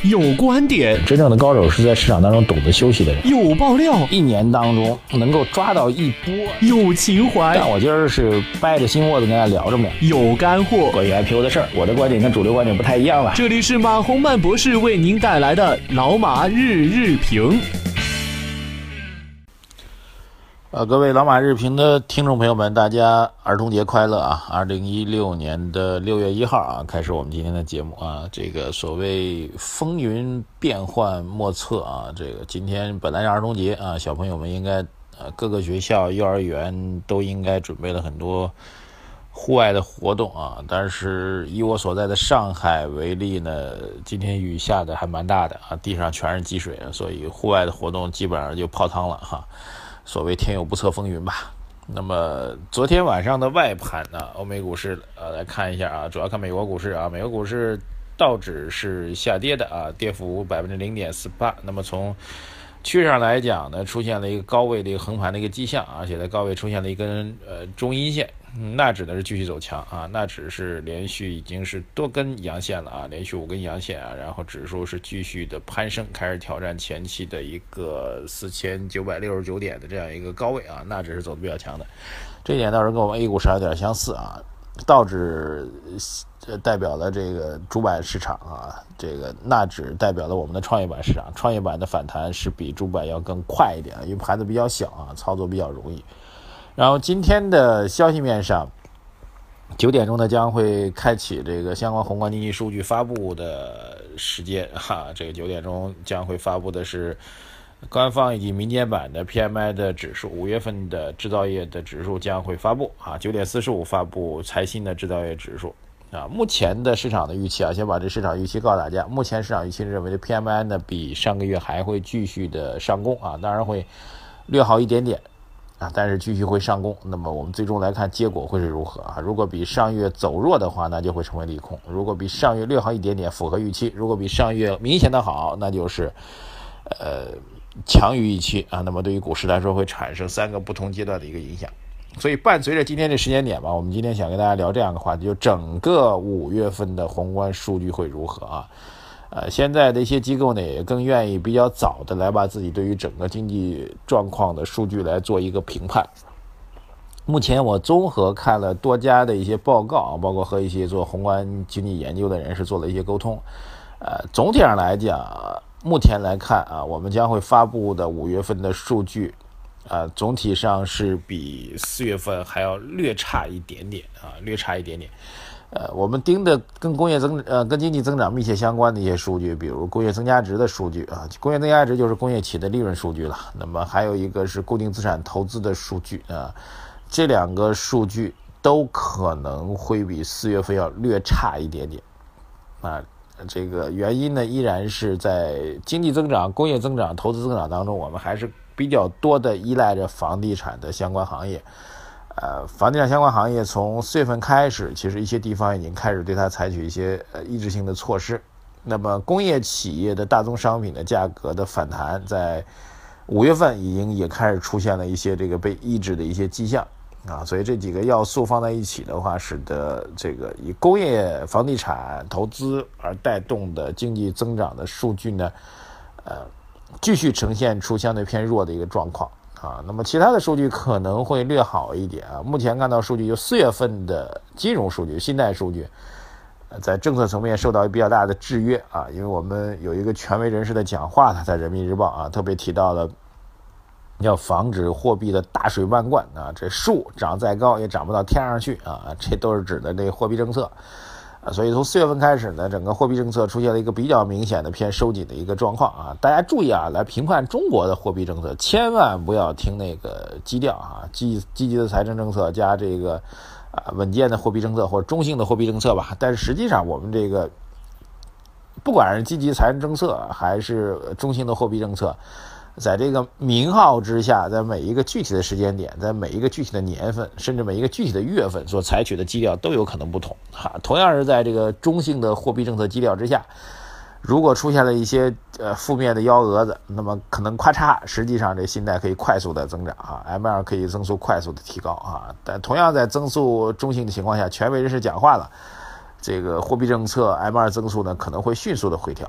有观点， 真正的高手是在市场当中懂得休息的人。 有爆料， 一年当中能够抓到一波， 有情怀。 但我今儿是掰着心窝子跟大家聊着呢， 有干货。 关于 IPO 的事儿，我的观点跟主流观点不太一样了。 这里是马洪曼博士为您带来的老马日日评。 各位老马日评的听众朋友们，大家儿童节快乐啊！2016年的6月1号啊，开始我们今天的节目啊。这个所谓风云变幻莫测啊，这个今天本来是儿童节啊，小朋友们应该各个学校、幼儿园都应该准备了很多户外的活动啊。但是以我所在的上海为例呢，今天雨下的还蛮大的啊，地上全是积水，所以户外的活动基本上就泡汤了哈。所谓天有不测风云吧。那么昨天晚上的外盘呢，欧美股市来看一下啊，主要看美国股市啊。美国股市道指是下跌的啊，跌幅0.48%。那么从趋势上来讲呢，出现了一个高位的一个横盘的一个迹象，而且在高位出现了一根中阴线。纳指呢是继续走强啊，纳指是连续已经是多根阳线了啊，连续5根阳线啊，然后指数是继续的攀升，开始挑战前期的一个4969点的这样一个高位啊，纳指是走的比较强的，这一点倒是跟我们 A 股是有点相似啊。道指代表了这个主板市场啊，这个纳指代表了我们的创业板市场，创业板的反弹是比主板要更快一点，因为盘子比较小啊，操作比较容易。然后今天的消息面上，9点钟呢将会开启这个相关宏观经济数据发布的时间哈。这个9点钟将会发布的是官方以及民间版的 PMI 的指数，5月份的制造业的指数将会发布啊。9点45发布财新的制造业指数啊。目前的市场的预期啊，先把这市场预期告诉大家。目前市场预期认为的 PMI 呢比上个月还会继续的上攻啊，当然会略好一点点。但是继续会上攻，那么我们最终来看结果会是如何啊？如果比上月走弱的话，那就会成为利空；如果比上月略好一点点，符合预期；如果比上月明显的好，那就是强于预期啊。那么对于股市来说，会产生3个不同阶段的一个影响。所以伴随着今天这时间点吧，我们今天想跟大家聊这样的话题，就整个5月份的宏观数据会如何啊？现在的一些机构呢，也更愿意比较早的来把自己对于整个经济状况的数据来做一个评判。目前我综合看了多家的一些报告啊，包括和一些做宏观经济研究的人士做了一些沟通。总体上来讲，目前来看啊，我们将会发布的5月份的数据，总体上是比4月份还要略差一点点啊，略差一点点。我们盯的跟跟经济增长密切相关的一些数据，比如工业增加值的数据啊，工业增加值就是工业企业的利润数据了。那么还有一个是固定资产投资的数据啊，这2个数据都可能会比4月份要略差一点点啊。这个原因呢，依然是在经济增长、工业增长、投资增长当中，我们还是比较多的依赖着房地产的相关行业。房地产相关行业从4月份开始，其实一些地方已经开始对它采取一些抑制性的措施。那么工业企业的大宗商品的价格的反弹，在5月份已经也开始出现了一些这个被抑制的一些迹象啊。所以这几个要素放在一起的话，使得这个以工业、房地产投资而带动的经济增长的数据呢，继续呈现出相对偏弱的一个状况。那么其他的数据可能会略好一点啊。目前看到数据，就4月份的金融数据、信贷数据，在政策层面受到比较大的制约啊。因为我们有一个权威人士的讲话，他在人民日报啊特别提到了要防止货币的大水漫灌啊，这树长再高也长不到天上去啊，这都是指的这个货币政策。所以从4月份开始呢，整个货币政策出现了一个比较明显的偏收紧的一个状况啊。大家注意啊，来评判中国的货币政策，千万不要听那个基调啊，积极的财政政策加这个稳健的货币政策或者中性的货币政策吧。但是实际上我们这个不管是积极财政政策还是中性的货币政策，在这个名号之下，在每一个具体的时间点，在每一个具体的年份，甚至每一个具体的月份所采取的基调都有可能不同同样是在这个中性的货币政策基调之下，如果出现了一些负面的幺蛾子，那么可能咔嚓，实际上这信贷可以快速的增长M2 可以增速快速的提高但同样在增速中性的情况下，权威人士讲话了，这个货币政策 M2 增速呢可能会迅速的回调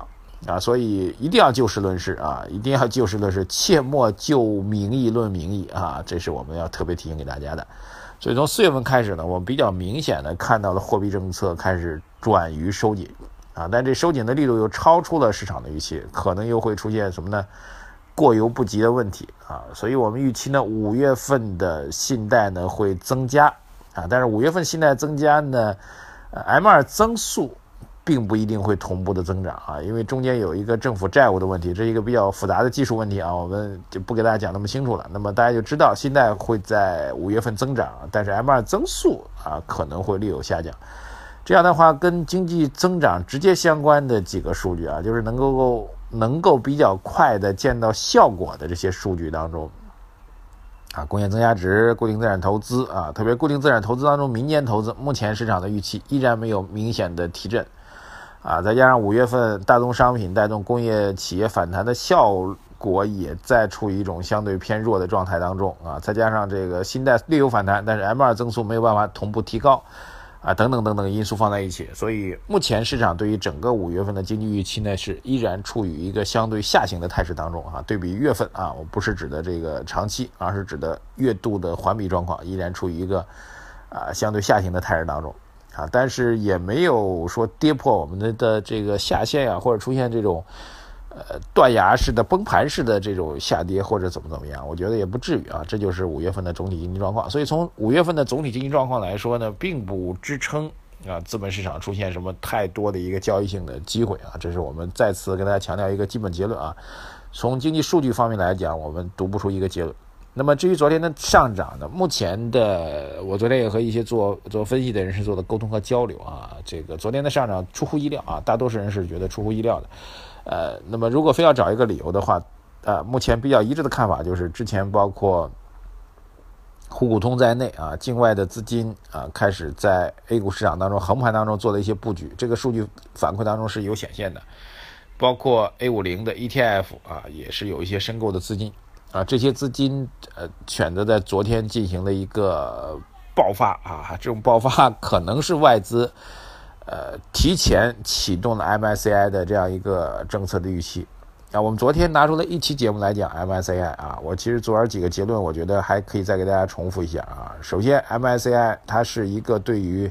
啊，所以一定要就事论事啊，一定要就事论事，切莫就名义论名义啊，这是我们要特别提醒给大家的。所以从4月份开始呢，我们比较明显的看到了货币政策开始转于收紧啊，但这收紧的力度又超出了市场的预期，可能又会出现什么呢？过犹不及的问题啊，所以我们预期呢，5月份的信贷呢会增加啊，但是5月份信贷增加呢，M2 增速并不一定会同步的增长啊，因为中间有一个政府债务的问题，这是一个比较复杂的技术问题啊，我们就不给大家讲那么清楚了。那么大家就知道信贷会在5月份增长，但是 M2 增速啊可能会略有下降。这样的话，跟经济增长直接相关的几个数据啊，就是能够比较快的见到效果的这些数据当中啊，工业增加值、固定资产投资啊，特别固定资产投资当中，民间投资目前市场的预期依然没有明显的提振啊，再加上5月份大宗商品带动工业企业反弹的效果也在处于一种相对偏弱的状态当中啊，再加上这个信贷略有反弹，但是 M2 增速没有办法同步提高啊，等等等等因素放在一起，所以目前市场对于整个5月份的经济预期呢，是依然处于一个相对下行的态势当中啊。对比月份啊，我不是指的这个长期，而是指的月度的环比状况，依然处于一个相对下行的态势当中啊。但是也没有说跌破我们的这个下限呀，或者出现这种断崖式的崩盘式的这种下跌或者怎么样，我觉得也不至于啊。这就是5月份的总体经济状况。所以从5月份的总体经济状况来说呢，并不支撑啊资本市场出现什么太多的一个交易性的机会啊。这是我们再次跟大家强调一个基本结论啊。从经济数据方面来讲，我们读不出一个结论。那么至于昨天的上涨呢，目前的我昨天也和一些做分析的人士做的沟通和交流啊，这个昨天的上涨出乎意料啊，大多数人是觉得出乎意料的。那么如果非要找一个理由的话，目前比较一致的看法就是之前包括沪股通在内啊，境外的资金啊开始在 A 股市场当中横盘当中做了一些布局，这个数据反馈当中是有显现的，包括 A50 的 ETF 啊也是有一些申购的资金啊，这些资金选择在昨天进行了一个爆发啊，这种爆发可能是外资提前启动了 MSCI 的这样一个政策的预期啊。我们昨天拿出了一期节目来讲 MSCI 啊，我其实昨儿几个结论我觉得还可以再给大家重复一下啊。首先 MSCI 它是一个对于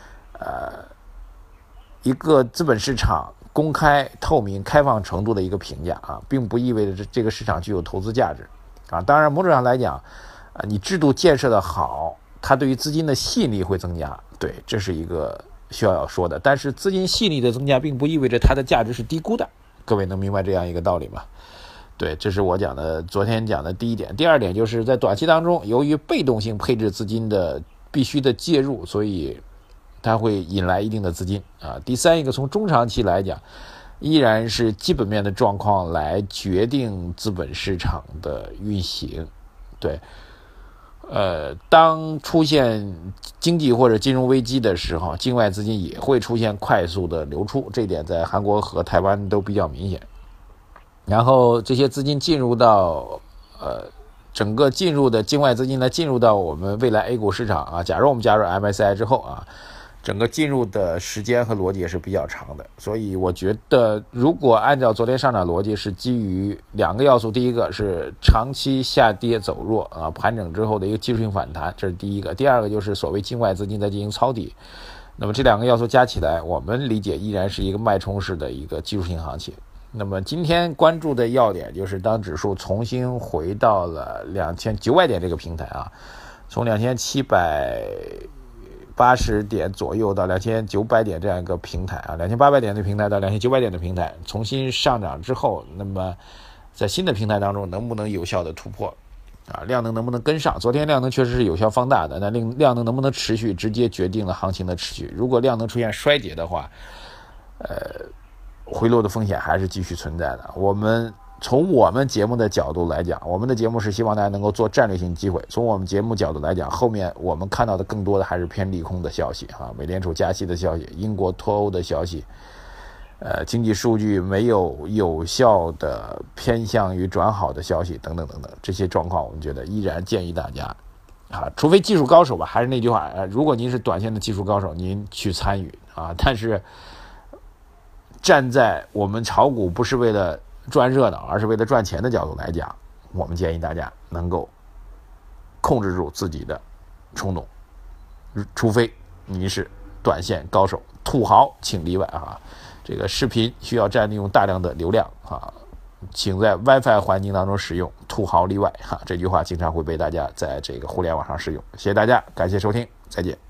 一个资本市场公开透明开放程度的一个评价啊，并不意味着这个市场具有投资价值啊。当然某种上来讲你制度建设的好，它对于资金的吸引力会增加，对，这是一个需要说的。但是资金吸引力的增加并不意味着它的价值是低估的，各位能明白这样一个道理吗？对，这是我讲的昨天讲的第一点。第二点就是在短期当中，由于被动性配置资金的必须的介入，所以它会引来一定的资金啊。第三一个，从中长期来讲，依然是基本面的状况来决定资本市场的运行。对，当出现经济或者金融危机的时候，境外资金也会出现快速的流出，这点在韩国和台湾都比较明显。然后这些资金进入到整个进入的境外资金呢，进入到我们未来 A 股市场啊，假如我们加入 MSCI 之后啊，整个进入的时间和逻辑也是比较长的。所以我觉得如果按照昨天上涨逻辑，是基于两个要素，第一个是长期下跌走弱啊，盘整之后的一个技术性反弹，这是第一个。第二个就是所谓境外资金在进行抄底，那么这两个要素加起来，我们理解依然是一个脉冲式的一个技术性行情。那么今天关注的要点就是当指数重新回到了2900点这个平台啊，从2780点左右到2900点这样一个平台啊，2800点的平台到2900点的平台重新上涨之后，那么在新的平台当中能不能有效的突破啊？量能不能跟上？昨天量能确实是有效放大的，那量能不能持续，直接决定了行情的持续。如果量能出现衰竭的话，回落的风险还是继续存在的。从我们节目的角度来讲，我们的节目是希望大家能够做战略性机会。从我们节目角度来讲，后面我们看到的更多的还是偏利空的消息啊，美联储加息的消息，英国脱欧的消息，经济数据没有有效的偏向于转好的消息等等等等，这些状况我们觉得依然建议大家啊，除非技术高手吧，还是那句话，如果您是短线的技术高手，您去参与啊，但是站在我们炒股不是为了赚热闹，而是为了赚钱的角度来讲，我们建议大家能够控制住自己的冲动，除非你是短线高手，土豪请例外啊。这个视频需要占用大量的流量啊，请在 WiFi 环境当中使用，土豪例外哈。这句话经常会被大家在这个互联网上使用。谢谢大家，感谢收听，再见。